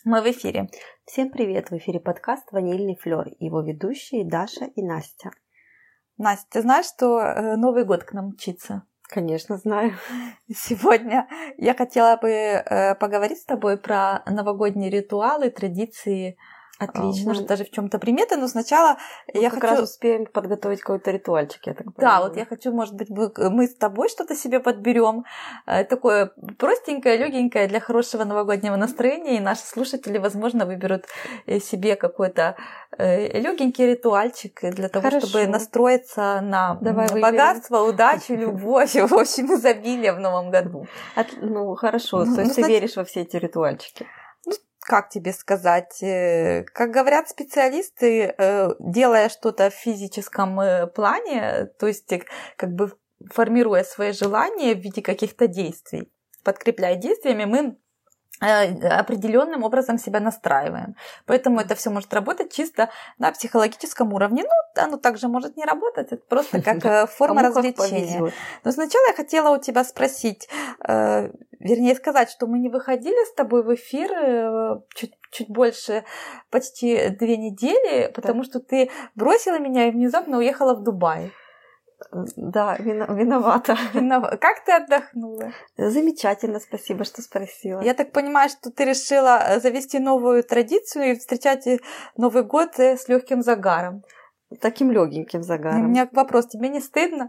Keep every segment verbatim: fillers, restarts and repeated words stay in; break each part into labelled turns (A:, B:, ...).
A: Мы в эфире.
B: Всем привет! В эфире подкаст «Ванильный флёр». Его ведущие Даша и Настя.
A: Настя, ты знаешь, что Новый год к нам мчится?
B: Конечно, знаю.
A: Сегодня я хотела бы поговорить с тобой про новогодние ритуалы, традиции.
B: Отлично.
A: Может, даже в чем-то приметы, но сначала
B: мы
A: я
B: как
A: хочу...
B: раз успеем подготовить какой-то ритуальчик, я так
A: Да,
B: понимаю.
A: вот я хочу, может быть, мы с тобой что-то себе подберем, такое простенькое, легенькое для хорошего новогоднего настроения, и наши слушатели, возможно, выберут себе какой-то легенький ритуальчик для того,
B: Хорошо.
A: Чтобы настроиться на
B: Давай
A: богатство,
B: выберем.
A: Удачу, любовь, в общем, изобилие в новом году.
B: От... Ну, хорошо,
A: Ну,
B: то есть
A: ну,
B: ты веришь во все эти ритуальчики?
A: Как тебе сказать, как говорят специалисты, делая что-то в физическом плане, то есть как бы формируя свои желания в виде каких-то действий, подкрепляя действиями, мы определенным образом себя настраиваем. Поэтому это все может работать чисто на психологическом уровне. Ну, оно также может не работать, это просто как форма развлечения. Но сначала я хотела у тебя спросить, вернее сказать, что мы не выходили с тобой в эфир чуть, чуть больше, почти две недели, потому да. что ты бросила меня и внезапно уехала в Дубай.
B: Да, виновата.
A: Винов... Как ты отдохнула?
B: Замечательно, спасибо, что спросила.
A: Я так понимаю, что ты решила завести новую традицию и встречать Новый год с легким загаром.
B: Таким легеньким загаром.
A: У меня вопрос, тебе не стыдно?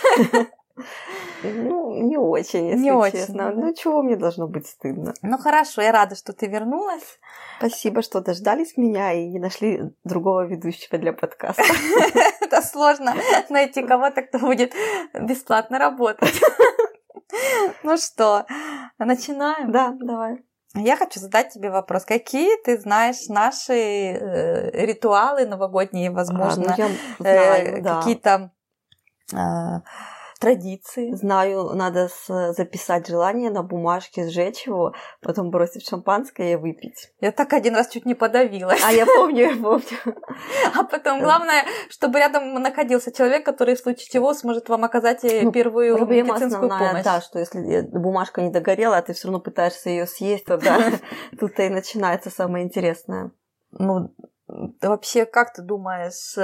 B: Ну, не очень, если
A: не
B: честно.
A: Очень, да?
B: Ну, чего мне должно быть стыдно?
A: Ну, хорошо, я рада, что ты вернулась.
B: Спасибо, что дождались меня и не нашли другого ведущего для подкаста.
A: Это сложно найти кого-то, кто будет бесплатно работать. Ну что, начинаем?
B: Да, давай.
A: Я хочу задать тебе вопрос. Какие ты знаешь наши э, ритуалы новогодние, возможно,
B: а, ну, знаю,
A: э,
B: да.
A: какие-то э, традиции?
B: Знаю, надо записать желание на бумажке, сжечь его, потом бросить в шампанское и выпить.
A: Я так один раз чуть не подавилась.
B: А я помню, я помню.
A: А потом главное, чтобы рядом находился человек, который в случае чего сможет вам оказать ну, первую медицинскую помощь.
B: Да, что если бумажка не догорела, а ты все равно пытаешься ее съесть, то да, тут-то и начинается самое интересное.
A: Ну, вообще, как ты думаешь...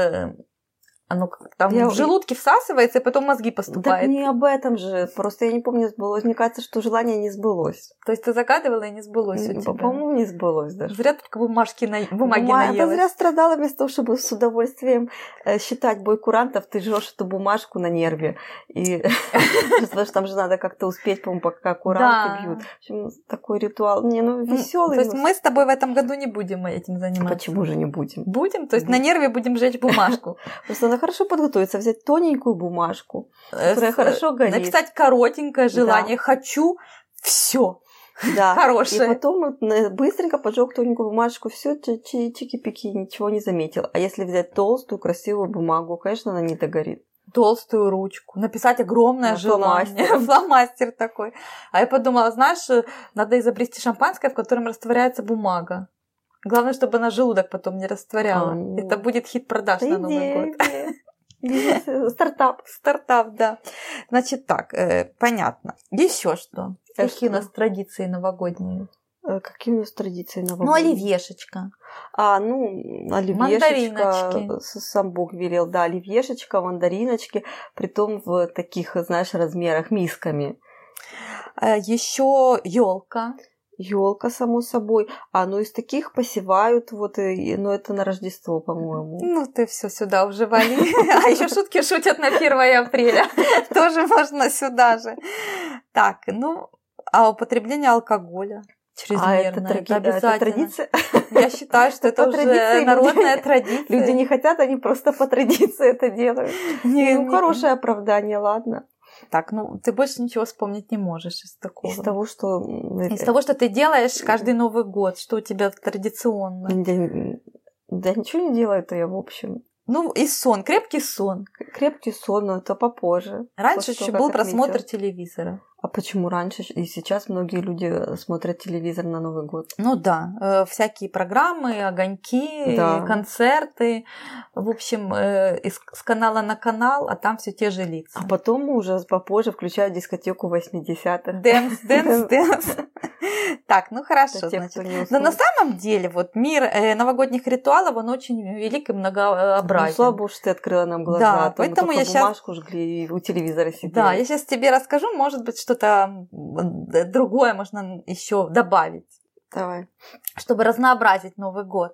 A: Оно там
B: я...
A: в желудке всасывается, и потом в мозги поступает.
B: Так не об этом же. Просто я не помню, сбылось. Мне кажется, что желание не сбылось.
A: То есть ты загадывала, и не сбылось у тебя?
B: По-моему, не сбылось даже.
A: Зря только бумажки на... бумаги
B: Бума...
A: наелась.
B: Да зря страдала вместо того, чтобы с удовольствием считать бой курантов, ты жжешь эту бумажку на нерве. И потому что там же надо как-то успеть, по-моему, пока куранты бьют. В общем, такой ритуал. Не, ну, веселый.
A: То есть мы с тобой в этом году не будем этим заниматься?
B: Почему же не будем?
A: Будем? То есть на нерве будем жечь бумажку?
B: Просто хорошо подготовиться, взять тоненькую бумажку, которая хорошо горит.
A: Написать коротенькое желание. Да. Хочу все.
B: Да.
A: Хорошее.
B: И потом быстренько поджег тоненькую бумажку, все чики-пики, ничего не заметил. А если взять толстую, красивую бумагу, конечно, она не догорит.
A: Толстую ручку, написать огромное
B: а,
A: желание. Фломастер такой. А я подумала, знаешь, надо изобрести шампанское, в котором растворяется бумага. Главное, чтобы она желудок потом не растворяла. А, ну... Это будет хит продаж на Новый год.
B: Бизнес, стартап.
A: Стартап, да. Значит так, э, понятно. Еще что?
B: А
A: Какие
B: что?
A: у нас традиции новогодние?
B: Э, какие у нас традиции новогодние?
A: Ну, оливьешечка.
B: А, ну, оливьешечка. Сам Бог велел, да, оливьешечка, мандариночки. Притом в таких, знаешь, размерах, мисками.
A: Э, еще елка.
B: Ёлка, само собой. А, ну из таких посевают, вот, и, ну это на Рождество, по-моему.
A: Ну, ты все сюда уже вали. А еще шутки шутят на первое апреля. Тоже можно сюда же. Так, ну, а употребление алкоголя чрезмерно.
B: А это,
A: это обязательно.
B: Это традиция?
A: Я считаю, что это уже народная традиция.
B: Люди не хотят, они просто по традиции это делают. Ну, хорошее оправдание, ладно.
A: Так, ну ты больше ничего вспомнить не можешь из такого.
B: Из того, что...
A: Из того, что ты делаешь каждый Новый год, что у тебя традиционно.
B: Да, да ничего не делаю-то я, в общем.
A: Ну, и сон, крепкий сон.
B: Крепкий сон, но это попозже.
A: Раньше еще был просмотр телевизора.
B: А почему раньше? И сейчас многие люди смотрят телевизор на Новый год.
A: Ну да, э, всякие программы, огоньки, да. концерты. В общем, э, из, с канала на канал, а там все те же лица.
B: А потом уже попозже включают дискотеку восьмидесятых.
A: Дэнс, дэнс, дэнс. Так, ну хорошо,
B: тех,
A: значит. Но на самом деле вот мир э, новогодних ритуалов, он очень велик и многообразен.
B: Ну, слава богу, что ты открыла нам глаза.
A: Да,
B: а то
A: поэтому
B: мы
A: я
B: бумажку
A: сейчас...
B: жгли и у телевизора сидели.
A: Да, я сейчас тебе расскажу, может быть, что-то другое можно еще добавить.
B: Давай.
A: Чтобы разнообразить Новый год.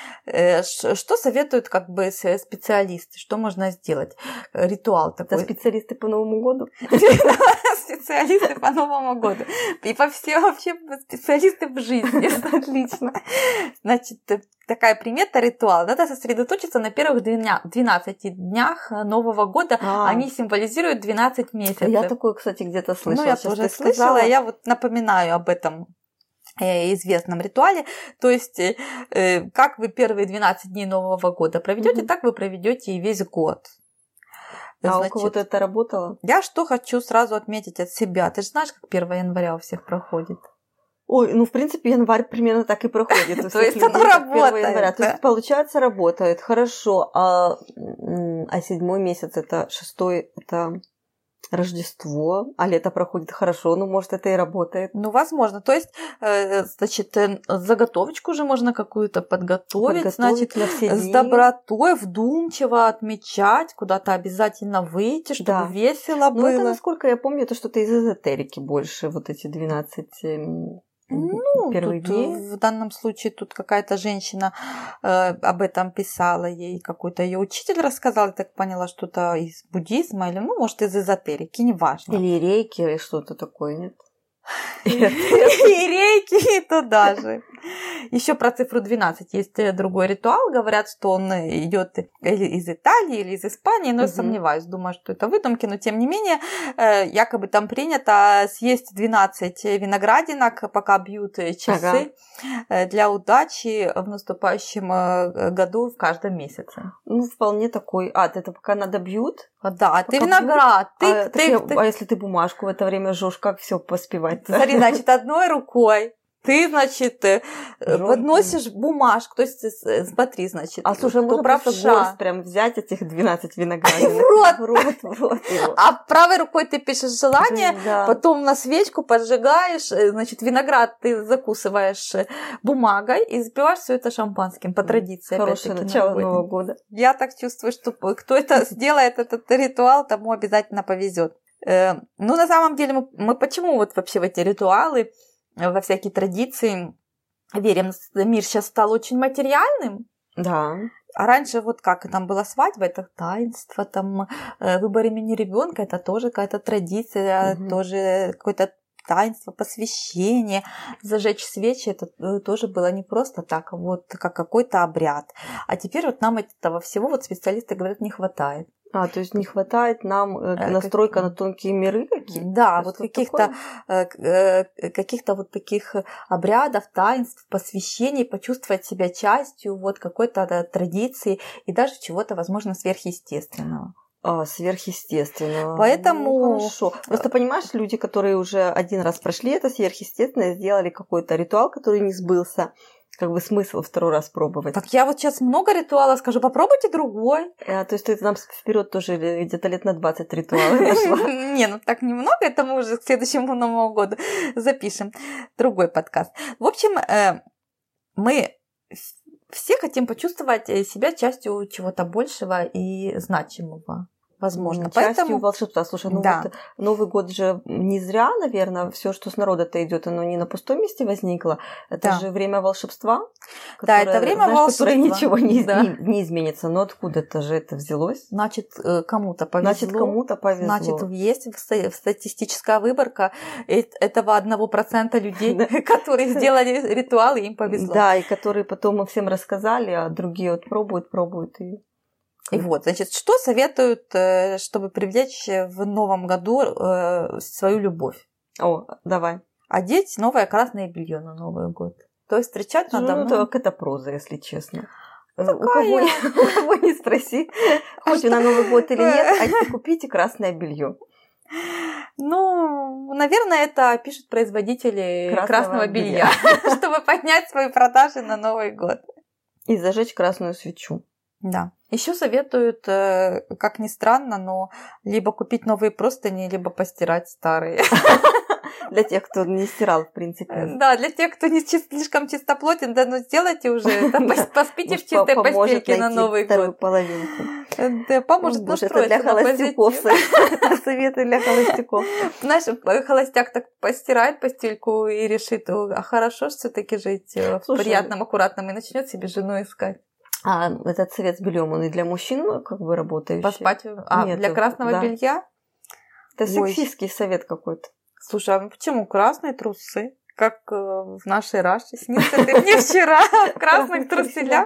A: Что советуют как бы специалисты? Что можно сделать? Ритуал такой.
B: Это специалисты по Новому году?
A: Специалисты по Новому году. И по всем вообще специалисты в жизни.
B: Отлично.
A: Значит, такая примета, ритуал. Надо сосредоточиться на первых двенадцати днях Нового года. А. Они символизируют двенадцать месяцев.
B: Я такое, кстати, где-то слышала.
A: Ну, я
B: Сейчас
A: тоже слышала. Я вот напоминаю об этом известном ритуале. То есть, э, как вы первые двенадцать дней Нового года проведете, mm-hmm. так вы проведете и весь год.
B: А Значит, у кого-то это работало?
A: Я что хочу сразу отметить от себя. Ты же знаешь, как первое января у всех проходит?
B: Ой, ну, в принципе, январь примерно так и проходит.
A: То есть оно работает.
B: То есть, получается, работает. Хорошо. А седьмой месяц, это шестой, это... Рождество, а лето проходит хорошо, ну, может, это и работает.
A: Ну, возможно. То есть, значит, заготовочку уже можно какую-то подготовить, подготовить значит, с добротой, вдумчиво отмечать, куда-то обязательно выйти, чтобы да. весело было.
B: Ну, это, насколько я помню, это что-то из эзотерики больше, вот эти двенадцать...
A: Ну,
B: первые
A: тут,
B: дни.
A: В данном случае тут какая-то женщина э, об этом писала, ей какой-то ее учитель рассказал, я так поняла, что-то из буддизма или, ну, может, из эзотерики, неважно.
B: Или рейки, или что-то такое, нет?
A: И рейки, и туда же. Еще про цифру двенадцать есть другой ритуал. Говорят, что он идет или из Италии, или из Испании, но я сомневаюсь. Думаю, что это выдумки, но тем не менее, якобы там принято съесть двенадцать виноградинок, пока бьют часы, ага. для удачи в наступающем году в каждом месяце.
B: Ну, вполне такой. А, это пока надо бьют?
A: Да, а ты виноград. Ты,
B: а,
A: ты,
B: я,
A: ты...
B: а если ты бумажку в это время жжешь, как все поспевать?
A: Смотри, значит, одной рукой ты, значит, Жёлтый. подносишь бумажку, то есть, смотри, значит,
B: а слушай, можно
A: правша.
B: просто горсть прям взять этих двенадцать виноградинок.
A: В рот!
B: В рот, в рот.
A: А правой рукой ты пишешь желание,
B: да.
A: потом на свечку поджигаешь, значит, виноград ты закусываешь бумагой и запиваешь все это шампанским, по традиции.
B: Хорошее начало Нового года.
A: Я так чувствую, что кто это сделает, этот ритуал, тому обязательно повезет. Ну, на самом деле, мы, мы почему вот вообще в эти ритуалы, во всякие традиции верим? Мир сейчас стал очень материальным.
B: Да.
A: А раньше вот как там была свадьба, это таинство, там выбор имени ребенка, это тоже какая-то традиция, угу. тоже какое-то таинство, посвящение, зажечь свечи, это тоже было не просто так, вот как какой-то обряд. А теперь вот нам этого всего, вот специалисты говорят, не хватает.
B: А, то есть не хватает нам э, настройка как... на тонкие миры какие-то?
A: Да, вот каких-то, э, каких-то вот таких обрядов, таинств, посвящений, почувствовать себя частью вот какой-то да, традиции и даже чего-то, возможно, сверхъестественного.
B: А, сверхъестественного.
A: Поэтому...
B: Ну, хорошо. Просто понимаешь, люди, которые уже один раз прошли это сверхъестественное, сделали какой-то ритуал, который не сбылся, как бы смысл второй раз пробовать.
A: Так я вот сейчас много ритуалов скажу, попробуйте другой.
B: А, то есть ты нам вперед тоже где-то лет на двадцать ритуалов нашла.
A: Не, ну так немного, это мы уже к следующему Новому году запишем другой подкаст. В общем, мы все хотим почувствовать себя частью чего-то большего и значимого. Возможно.
B: Частью
A: Поэтому...
B: волшебства. Слушай, ну
A: да.
B: вот Новый год же не зря, наверное, все, что с народа-то идет, оно не на пустом месте возникло. Это да. же время волшебства.
A: Которое, да, это время
B: знаешь,
A: волшебства.
B: Которое ничего не,
A: да.
B: не, не изменится. Но откуда-то же это взялось?
A: Значит, кому-то повезло.
B: Значит, кому-то повезло.
A: Значит, есть статистическая выборка этого одного процента людей, которые сделали ритуалы, им повезло.
B: Да, и которые потом мы всем рассказали, а другие вот пробуют, пробуют и...
A: И вот, значит, что советуют, чтобы привлечь в новом году свою любовь?
B: О, давай.
A: Одеть новое красное белье на Новый год. То есть встречать надо...
B: Ну, это, это проза, если честно. У кого, у кого не спроси, хоть на Новый год или нет, а купите красное белье.
A: Ну, наверное, это пишут производители красного, красного белья,
B: белья.
A: чтобы поднять свои продажи на Новый год.
B: И зажечь красную свечу.
A: Да. Еще советуют, как ни странно, но либо купить новые простыни, либо постирать старые.
B: Для тех, кто не стирал, в принципе.
A: Да, для тех, кто не слишком чистоплотен, да, ну сделайте уже, поспите в чистой постельке на Новый год.
B: Половинку.
A: Да, поможет настроиться
B: на позитив. Это для холостяков. Советы для холостяков.
A: Знаешь, холостяк так постирает постельку и решит, а хорошо все-таки жить в приятном, аккуратном, и начнет себе жену искать.
B: А этот совет с бельем, он и для мужчин как бы работающий?
A: Поспать? А, Нет, для красного да. белья?
B: Это сексистский совет какой-то.
A: Слушай, а почему красные трусы? Как в нашей Раше. Снился ты мне вчера в красных труселях.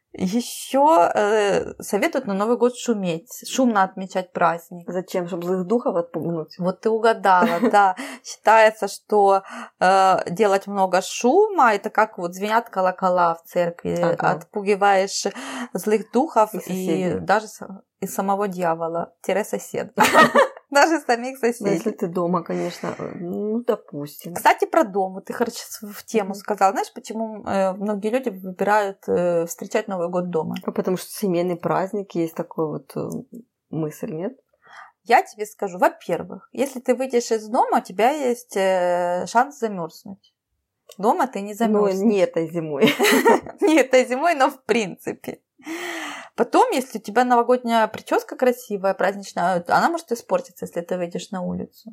A: Еще э, советуют на Новый год шуметь, шумно отмечать праздник.
B: Зачем? Чтобы злых духов отпугнуть?
A: Вот ты угадала, да. Считается, что э, делать много шума, это как вот звенят колокола в церкви, ага. Отпугиваешь злых духов и, и даже и самого дьявола, тире соседа. Даже самих соседей.
B: Ну, если ты дома, конечно, ну, допустим.
A: Кстати, про дом. Вот ты хорошо в тему mm-hmm. сказала. Знаешь, почему э, многие люди выбирают э, встречать Новый год дома?
B: Потому что семейный праздник, есть такой вот э, мысль, нет?
A: Я тебе скажу. Во-первых, если ты выйдешь из дома, у тебя есть э, шанс замерзнуть. Дома ты не замерзнешь.
B: Ну, не этой зимой.
A: Не этой зимой, но в принципе. Потом, если у тебя новогодняя прическа красивая, праздничная, она может испортиться, если ты выйдешь на улицу.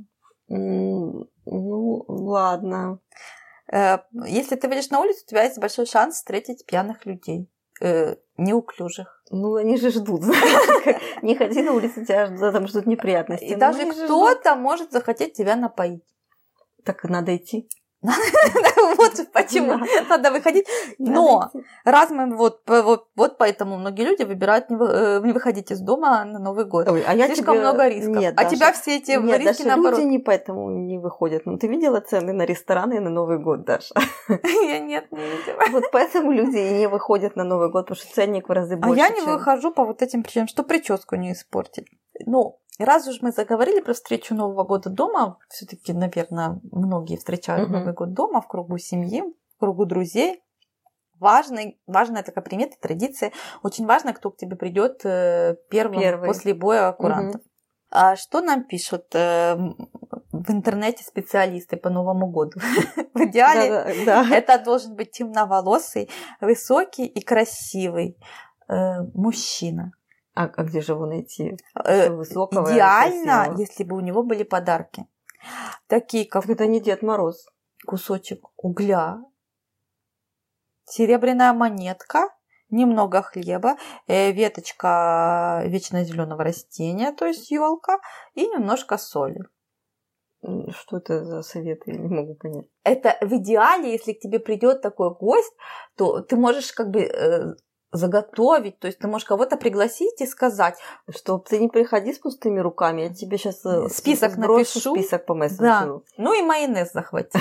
B: Mm, ну, ладно.
A: Если ты выйдешь на улицу, у тебя есть большой шанс встретить пьяных людей, э, неуклюжих.
B: Ну, они же ждут. Не ходи на улицу, тебя там ждут неприятности.
A: И даже кто-то может захотеть тебя напоить.
B: Так надо идти.
A: Вот почему надо выходить. Но раз мы вот, вот, вот поэтому многие люди выбирают не, вы, не выходить из дома на Новый год.
B: Ой, а я
A: Слишком
B: тебе...
A: много рисков.
B: Нет,
A: а
B: Даша,
A: тебя все эти
B: нет,
A: риски
B: Даша,
A: наоборот.
B: Люди не поэтому не выходят. Ну, ты видела цены на рестораны на Новый год, Даша?
A: Я нет, не видела.
B: Вот поэтому люди и не выходят на Новый год, потому что ценник в разы больше.
A: А я не чем... выхожу по вот этим причинам, что прическу не испортить. Ну, раз уж мы заговорили про встречу Нового года дома, все-таки, наверное, многие встречают uh-huh. Новый год дома в кругу семьи, в кругу друзей. Важный, важная такая примета, традиция. Очень важно, кто к тебе придет первым Первый. После боя курантов. Uh-huh. А что нам пишут э, в интернете специалисты по Новому году? В идеале это должен быть темноволосый, высокий и красивый мужчина.
B: А, а где же его найти?
A: Э, Высокого, идеально, красивого. Если бы у него были подарки. Такие, как...
B: Это не Дед Мороз.
A: Кусочек угля, серебряная монетка, немного хлеба, э, веточка вечно зеленого растения, то есть елка, и немножко соли.
B: Что это за советы? Я не могу понять.
A: Это в идеале, если к тебе придет такой гость, то ты можешь как бы... Э, заготовить, то есть ты можешь кого-то пригласить и сказать,
B: что ты не приходи с пустыми руками, я тебе сейчас
A: список напишу,
B: список по мессенджеру.
A: Да. Ну и майонез захвати.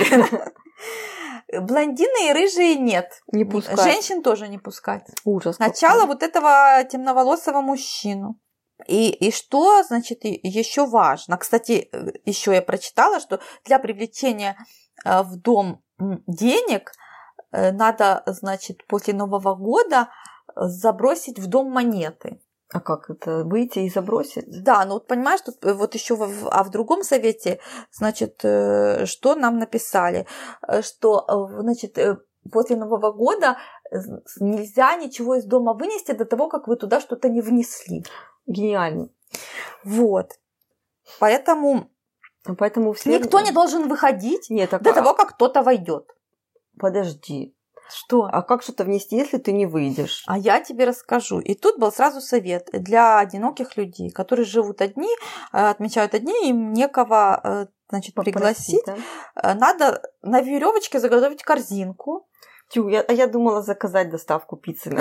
A: Блондины и рыжие нет.
B: Не пускать.
A: Женщин тоже не пускать.
B: Ужас.
A: Сначала вот этого темноволосого мужчину. И, и что, значит, еще важно. Кстати, еще я прочитала, что для привлечения в дом денег надо, значит, после Нового года забросить в дом монеты.
B: А как это? Выйти и забросить?
A: Да, ну вот понимаешь, тут вот еще в, а в другом совете, значит, что нам написали, что, значит, после Нового года нельзя ничего из дома вынести до того, как вы туда что-то не внесли.
B: Гениально.
A: Вот. Поэтому,
B: Поэтому все...
A: никто не должен выходить
B: Нет, так...
A: до того, как кто-то войдет.
B: Подожди.
A: Что?
B: А как что-то внести, если ты не выйдешь?
A: А я тебе расскажу. И тут был сразу совет для одиноких людей, которые живут одни, отмечают одни, им некого, значит, пригласить.
B: Попросить, да?
A: Надо на веревочке заготовить корзинку.
B: Тю, я, а я думала заказать доставку пиццы.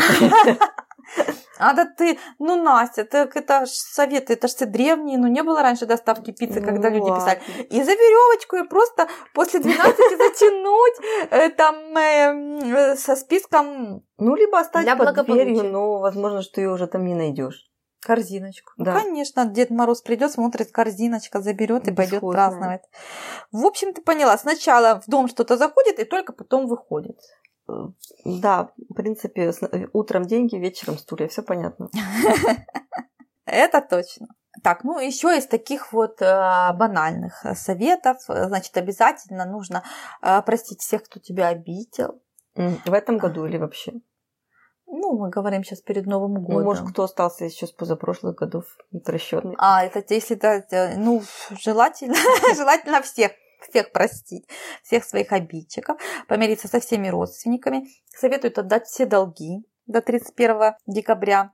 A: А да ты, ну, Настя, это, это ж советы, это ж все древние, ну, не было раньше доставки пиццы, ну, когда люди писали. И за веревочку и просто после двенадцати затянуть э, там э, со списком.
B: Ну, либо оставить под дверью, но возможно, что ее уже там не найдешь.
A: Корзиночку.
B: Да.
A: Ну, конечно, Дед Мороз придет, смотрит, корзиночка заберет и пойдет праздновать. В общем, ты поняла, сначала в дом что-то заходит, и только потом выходит.
B: Да, в принципе, утром деньги, вечером стулья, все понятно.
A: Это точно. Так, ну еще из таких вот э, банальных советов, значит, обязательно нужно э, простить всех, кто тебя обидел.
B: В этом году или вообще?
A: Ну, мы говорим сейчас перед Новым годом.
B: Ну, может, кто остался еще с позапрошлых годов непрощенный.
A: А, это если, да, ну, желательно, желательно всех, всех простить, всех своих обидчиков, помириться со всеми родственниками. Советуют отдать все долги до тридцать первого декабря.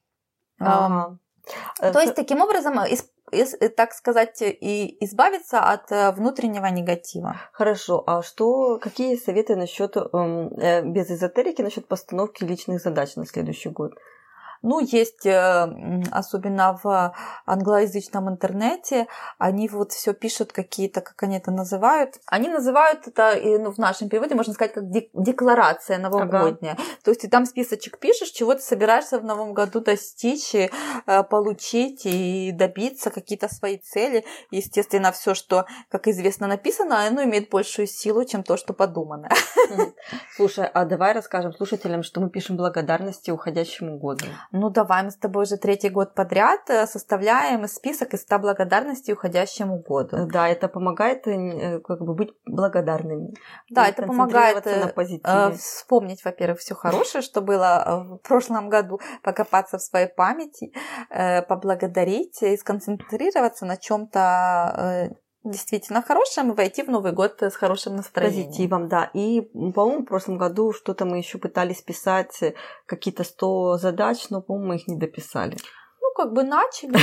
B: Ага.
A: То есть, таким образом, из, из, так сказать, и избавиться от внутреннего негатива.
B: Хорошо. А что, какие советы насчет, э, без эзотерики, насчет постановки личных задач на следующий год?
A: Ну, есть, особенно в англоязычном интернете, они вот все пишут какие-то, как они это называют. Они называют это, ну, в нашем переводе, можно сказать, как декларация новогодняя. Ага. То есть ты там списочек пишешь, чего ты собираешься в новом году достичь, и, получить и добиться, какие-то свои цели. Естественно, все, что, как известно, написано, оно имеет большую силу, чем то, что подумано.
B: Слушай, а давай расскажем слушателям, что мы пишем благодарности уходящему году.
A: Ну, давай, мы с тобой уже третий год подряд составляем список из ста благодарностей уходящему году.
B: Да, это помогает как бы быть благодарными.
A: Да, это помогает на вспомнить, во-первых, все хорошее, что было в прошлом году, покопаться в своей памяти, поблагодарить и сконцентрироваться на чем-то действительно хорошим и войти в Новый год с хорошим настроением.
B: Позитивом, да. И, по-моему, в прошлом году что-то мы еще пытались писать, какие-то сто задач, но, по-моему, мы их не дописали.
A: Ну, как бы начали.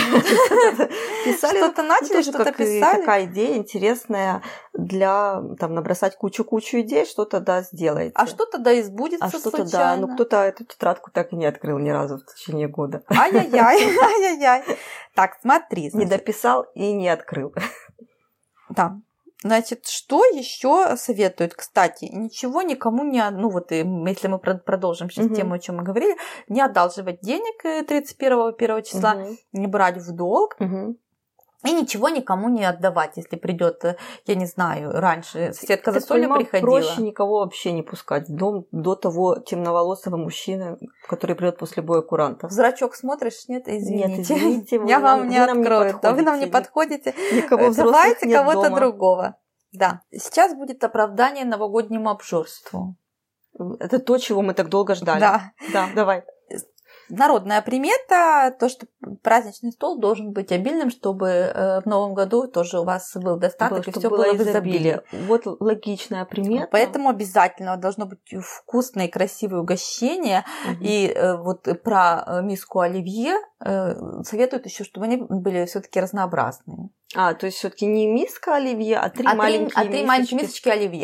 B: Писали.
A: Что-то начали, что-то писали.
B: Такая идея интересная для, там, набросать кучу-кучу идей, что-то, да, сделаете.
A: А что-то, да, и сбудется случайно.
B: А что-то, да, ну, кто-то эту тетрадку так и не открыл ни разу в течение года.
A: Ай-яй-яй, ай-яй-яй. Так, смотри.
B: Не дописал и не открыл.
A: Да. Значит, что еще советуют? Кстати, ничего никому не... Ну вот, если мы продолжим сейчас угу. тему, о чем мы говорили, не одалживать денег тридцать первого первого числа, угу. не брать в долг. Угу. И ничего никому не отдавать, если придет, я не знаю, раньше соседка за солью приходила.
B: Проще никого вообще не пускать в дом до того темноволосого мужчины, который придет после боя курантов.
A: В зрачок смотришь, нет, извините.
B: Нет, извините, вы
A: я
B: нам,
A: вам не открою. Да вы нам не подходите.
B: Никого взрослых
A: Давайте
B: нет
A: кого-то
B: дома.
A: другого. Да. Сейчас будет оправдание новогоднему обжорству.
B: Это то, чего мы так долго ждали.
A: Да.
B: Да, давай.
A: Народная примета, то, что праздничный стол должен быть обильным, чтобы в новом году тоже у вас был достаток, и все было в изобилии.
B: Вот логичная примета.
A: Поэтому обязательно должно быть вкусное и красивое угощение. Угу. И вот про миску оливье советуют еще, чтобы они были все-таки разнообразные.
B: А, то есть все-таки не миска оливье, а три
A: а
B: маленькие
A: три, а три маленькие мисочки оливье.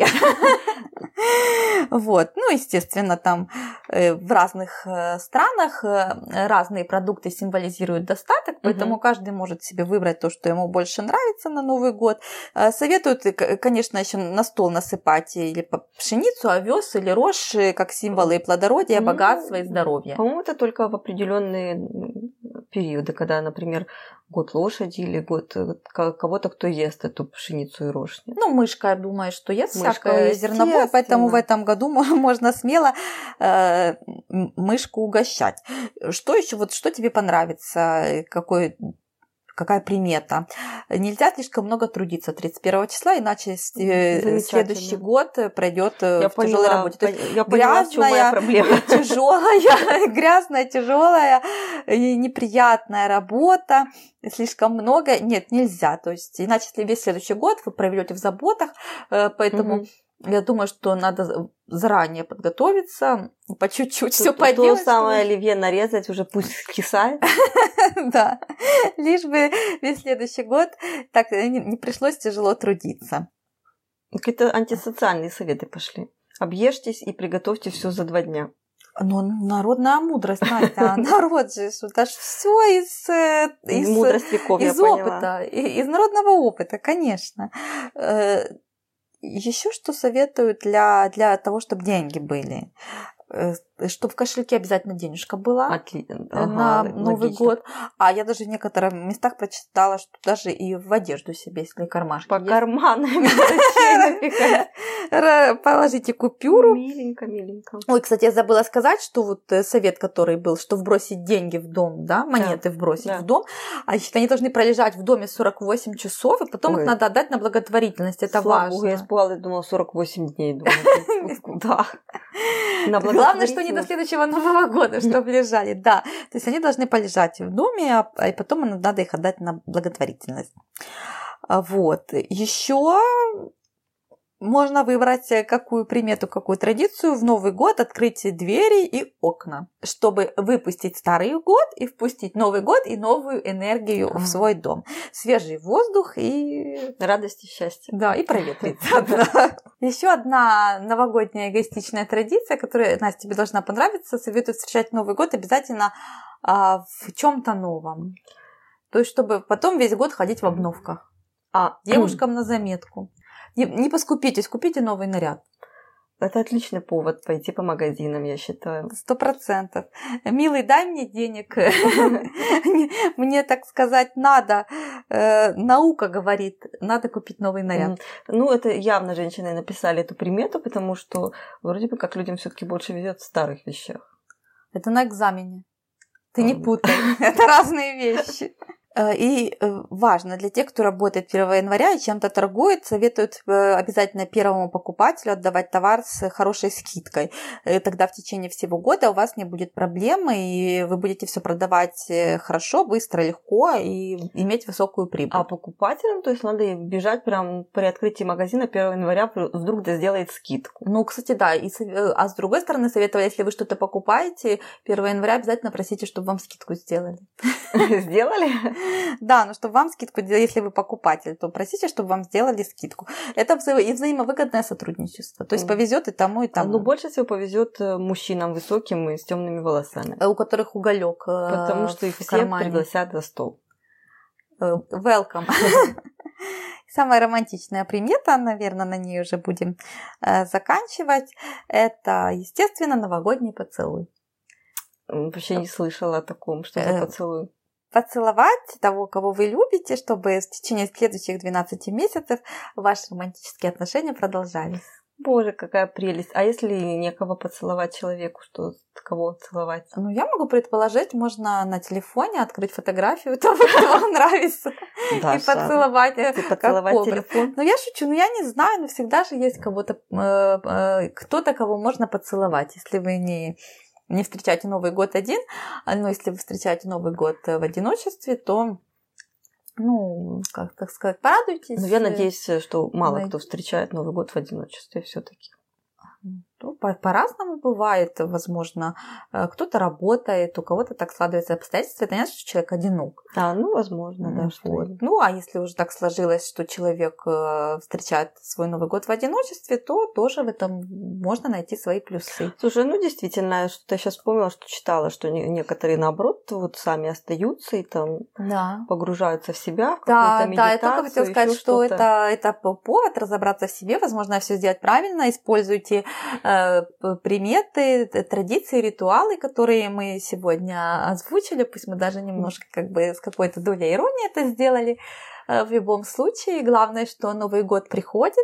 A: Вот, ну, естественно, там в разных странах разные продукты символизируют достаток, поэтому угу. каждый может себе выбрать то, что ему больше нравится на Новый год. Советуют, конечно, еще на стол насыпать или пшеницу, овес или рожь, как символы плодородия, ну, богатства и здоровья.
B: По-моему, это только в определенные периоды, когда, например, год лошади или год кого-то, кто ест эту пшеницу и рожь. Нет?
A: Ну, мышка, я думаю, что ест всякое зерновое, поэтому в этом году можно смело э, мышку угощать. Что еще, вот что тебе понравится, какой... Какая примета? Нельзя слишком много трудиться тридцать первого числа, иначе следующий год пройдет в тяжелой работе. То есть
B: я поняла, в чем моя проблема.
A: Тяжелая, грязная, тяжелая, неприятная работа, слишком много. Нет, нельзя. То есть, иначе если весь следующий год вы проведете в заботах, поэтому... Угу. Я думаю, что надо заранее подготовиться, по чуть-чуть все поделать.
B: То самое оливье нарезать, уже пусть кисает.
A: Да, лишь бы весь следующий год так не пришлось тяжело трудиться.
B: Какие-то антисоциальные советы пошли. Объешьтесь и приготовьте все за два дня.
A: Ну, народная мудрость, Настя, народ же, это же все из, из,
B: Мудрость веков,
A: из опыта, из народного опыта, конечно. Еще что советуют для, для того, чтобы деньги были? что в кошельке обязательно денежка была.
B: Отлично.
A: На
B: ага,
A: Новый
B: логично.
A: год. А я даже в некоторых местах прочитала, что даже и в одежду себе, если кармашки
B: По
A: есть.
B: карманам
A: Положите купюру.
B: Миленько, миленько.
A: Ой, кстати, я забыла сказать, что вот совет, который был, что вбросить деньги в дом, да, монеты вбросить
B: да.
A: в дом, а значит, они должны пролежать в доме сорок восемь часов, и потом
B: Ой.
A: их надо отдать на благотворительность. Это
B: Слава
A: важно.
B: Богу, я испугалась, думала, сорок восемь дней. Куда?
A: Главное, что не до следующего Нового года, чтобы лежали. Да, то есть они должны полежать в доме, а потом надо их отдать на благотворительность. Вот. Еще можно выбрать какую примету, какую традицию в Новый год, открыть двери и окна, чтобы выпустить старый год и впустить Новый год и новую энергию в свой дом. Свежий воздух и...
B: радость и счастье.
A: Да, и проветриться. Еще одна новогодняя эгоистичная традиция, которая, Настя, тебе должна понравиться. Советую встречать Новый год обязательно в чем-то новом. То есть, чтобы потом весь год ходить в обновках. А девушкам на заметку. Не, не поскупитесь, купите новый наряд.
B: Это отличный повод пойти по магазинам, я считаю.
A: Сто процентов. Милый, дай мне денег. Мне, так сказать, надо. Наука говорит, надо купить новый наряд.
B: Ну, это явно женщины написали эту примету, потому что вроде бы как людям все-таки больше везет в старых вещах.
A: Это на экзамене. Ты не путай. Это разные вещи. И важно для тех, кто работает первого января и чем-то торгует, советуют обязательно первому покупателю отдавать товар с хорошей скидкой. И тогда в течение всего года у вас не будет проблем, и вы будете все продавать хорошо, быстро, легко и иметь высокую прибыль.
B: А покупателям, то есть надо бежать прям при открытии магазина первого января, вдруг да сделает скидку.
A: Ну, кстати, да. И, а с другой стороны, советовали, если вы что-то покупаете, первого января обязательно просите, чтобы вам скидку сделали.
B: Сделали?
A: Да, но чтобы вам скидку делали, если вы покупатель, то просите, чтобы вам сделали скидку. Это вза- и взаимовыгодное сотрудничество. То есть mm. повезет и тому, и тому.
B: Ну, больше всего повезет мужчинам высоким и с темными волосами.
A: У которых уголек.
B: Потому что их все кармане. Пригласят за стол.
A: Welcome. Самая романтичная примета, наверное, на ней уже будем заканчивать, это, естественно, новогодний поцелуй.
B: Вообще не слышала о таком, что за поцелуй.
A: Поцеловать того, кого вы любите, чтобы в течение следующих двенадцати месяцев ваши романтические отношения продолжались.
B: Боже, какая прелесть. А если некого поцеловать человеку, что кого целовать?
A: Ну, я могу предположить, можно на телефоне открыть фотографию того, кто вам нравится, и поцеловать.
B: Поцеловать телефон?
A: Ну, я шучу, но я не знаю, но всегда же есть кого-то, кто-то, кого можно поцеловать, если вы не... не встречаете Новый год один, но если вы встречаете Новый год в одиночестве, то, ну, как так сказать, порадуйтесь.
B: Но я надеюсь, что мало кто встречает Новый год в одиночестве все-таки.
A: Ну, по- по-разному бывает, возможно. Кто-то работает, у кого-то так складываются обстоятельства. Это не значит, что человек одинок.
B: А, ну, возможно, да.
A: Вот. Ну, а если уже так сложилось, что человек встречает свой Новый год в одиночестве, то тоже в этом можно найти свои плюсы.
B: Слушай, ну, действительно, что-то я сейчас вспомнила, что читала, что некоторые, наоборот, вот сами остаются и там
A: да.
B: погружаются в себя, в
A: да,
B: какую-то медитацию.
A: Да, я только хотела сказать, что, что это, это повод разобраться в себе. Возможно, все сделать правильно. Используйте приметы, традиции, ритуалы, которые мы сегодня озвучили. Пусть мы даже немножко как бы с какой-то долей иронии это сделали. В любом случае, главное, что Новый год приходит,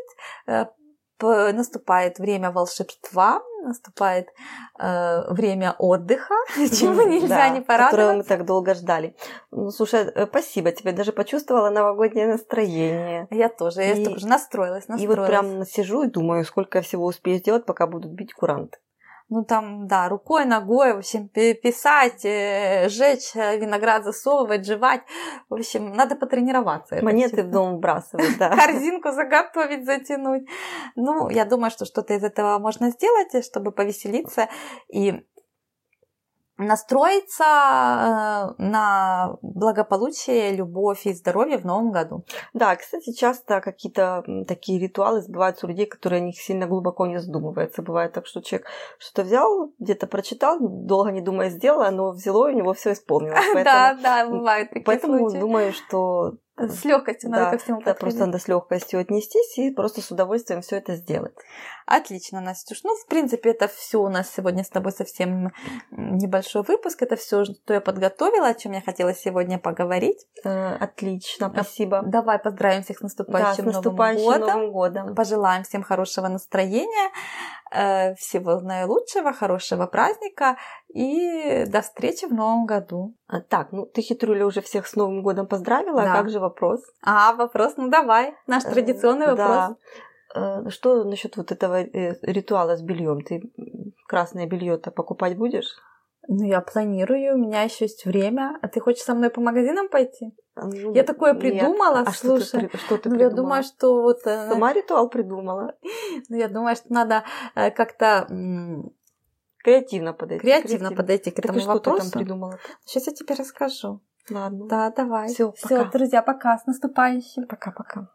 A: наступает время волшебства, наступает э, время отдыха, чему нельзя да, не порадоваться.
B: Которого мы так долго ждали. Ну, слушай, спасибо тебе, даже почувствовала новогоднее настроение.
A: Я тоже, я и, тоже настроилась, настроилась.
B: И вот прям сижу и думаю, сколько я всего успею сделать, пока будут бить куранты.
A: Ну, там, да, рукой, ногой, в общем, писать, жечь, виноград засовывать, жевать. В общем, надо потренироваться.
B: Монеты в дом вбрасывать, да.
A: Корзинку заготовить, затянуть. Ну, я думаю, что что-то из этого можно сделать, чтобы повеселиться и настроиться на благополучие, любовь и здоровье в новом году.
B: Да, кстати, часто какие-то такие ритуалы сбываются у людей, которые о них сильно глубоко не задумываются. Бывает так, что человек что-то взял, где-то прочитал, долго не думая сделал, но взяло, и у него все исполнилось.
A: Да, да, бывает такие
B: Поэтому
A: случаи.
B: Думаю, что
A: С легкостью
B: да,
A: надо ко всему
B: подходить. Да, просто надо с легкостью отнестись и просто с удовольствием все это сделать.
A: Отлично, Настюш. Ну, в принципе, это все у нас сегодня с тобой совсем небольшой выпуск. Это все, что я подготовила, о чем я хотела сегодня поговорить.
B: Отлично, спасибо.
A: Давай поздравим всех с наступающим,
B: да, с наступающим
A: Новым годом.
B: Новым годом.
A: Пожелаем всем хорошего настроения, всего наилучшего, хорошего праздника и до встречи в Новом году.
B: Так, ну ты, хитруля, уже всех с Новым годом поздравила,
A: да.
B: А как же вопрос?
A: А, вопрос, ну давай, наш традиционный вопрос.
B: Да. Что насчет вот этого ритуала с бельем? Ты красное белье-то покупать будешь?
A: Ну, я планирую, у меня еще есть время. А ты хочешь со мной по магазинам пойти? Ну, я такое придумала,
B: нет. А
A: слушай.
B: Что ты, что ты
A: ну,
B: придумала?
A: Я думаю, что вот...
B: Сама ритуал придумала.
A: Ну, я думаю, что надо как-то...
B: Креативно подойти.
A: Креативно, креативно. подойти к этому
B: так
A: вопросу.
B: Что ты там придумала?
A: Сейчас я тебе расскажу.
B: Ладно.
A: Да, давай.
B: Все,
A: Все, друзья, пока. С наступающим.
B: Пока-пока.